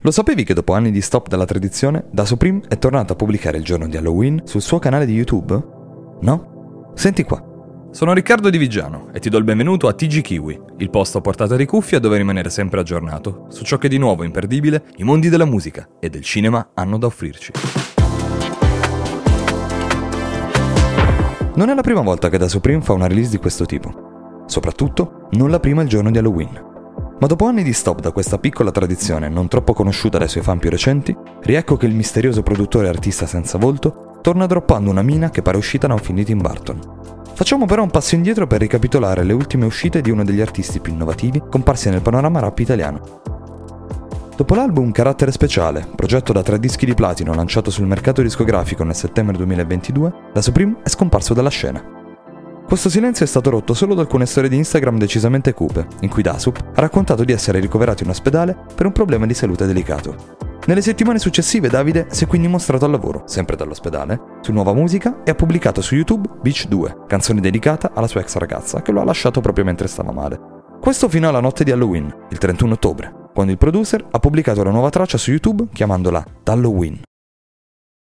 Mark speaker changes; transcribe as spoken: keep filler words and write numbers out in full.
Speaker 1: Lo sapevi che dopo anni di stop dalla tradizione, Da Supreme è tornato a pubblicare il giorno di Halloween sul suo canale di YouTube? No? Senti qua.
Speaker 2: Sono Riccardo Di Vigiano e ti do il benvenuto a T G Kiwi, il posto a portata di cuffia dove rimanere sempre aggiornato su ciò che di nuovo e imperdibile i mondi della musica e del cinema hanno da offrirci.
Speaker 1: Non è la prima volta che Da Supreme fa una release di questo tipo. Soprattutto, non la prima il giorno di Halloween. Ma dopo anni di stop da questa piccola tradizione non troppo conosciuta dai suoi fan più recenti, riecco che il misterioso produttore e artista senza volto torna droppando una mina che pare uscita da un film di Tim Burton. Facciamo però un passo indietro per ricapitolare le ultime uscite di uno degli artisti più innovativi comparsi nel panorama rap italiano. Dopo l'album Carattere Speciale, progetto da tre dischi di platino lanciato sul mercato discografico nel settembre duemilaventidue, Da Supreme è scomparso dalla scena. Questo silenzio è stato rotto solo da alcune storie di Instagram decisamente cupe, in cui Dasup ha raccontato di essere ricoverato in ospedale per un problema di salute delicato. Nelle settimane successive Davide si è quindi mostrato al lavoro, sempre dall'ospedale, su nuova musica e ha pubblicato su YouTube Beach due, canzone dedicata alla sua ex ragazza che lo ha lasciato proprio mentre stava male. Questo fino alla notte di Halloween, il trentuno ottobre, quando il producer ha pubblicato la nuova traccia su YouTube chiamandola Halloween.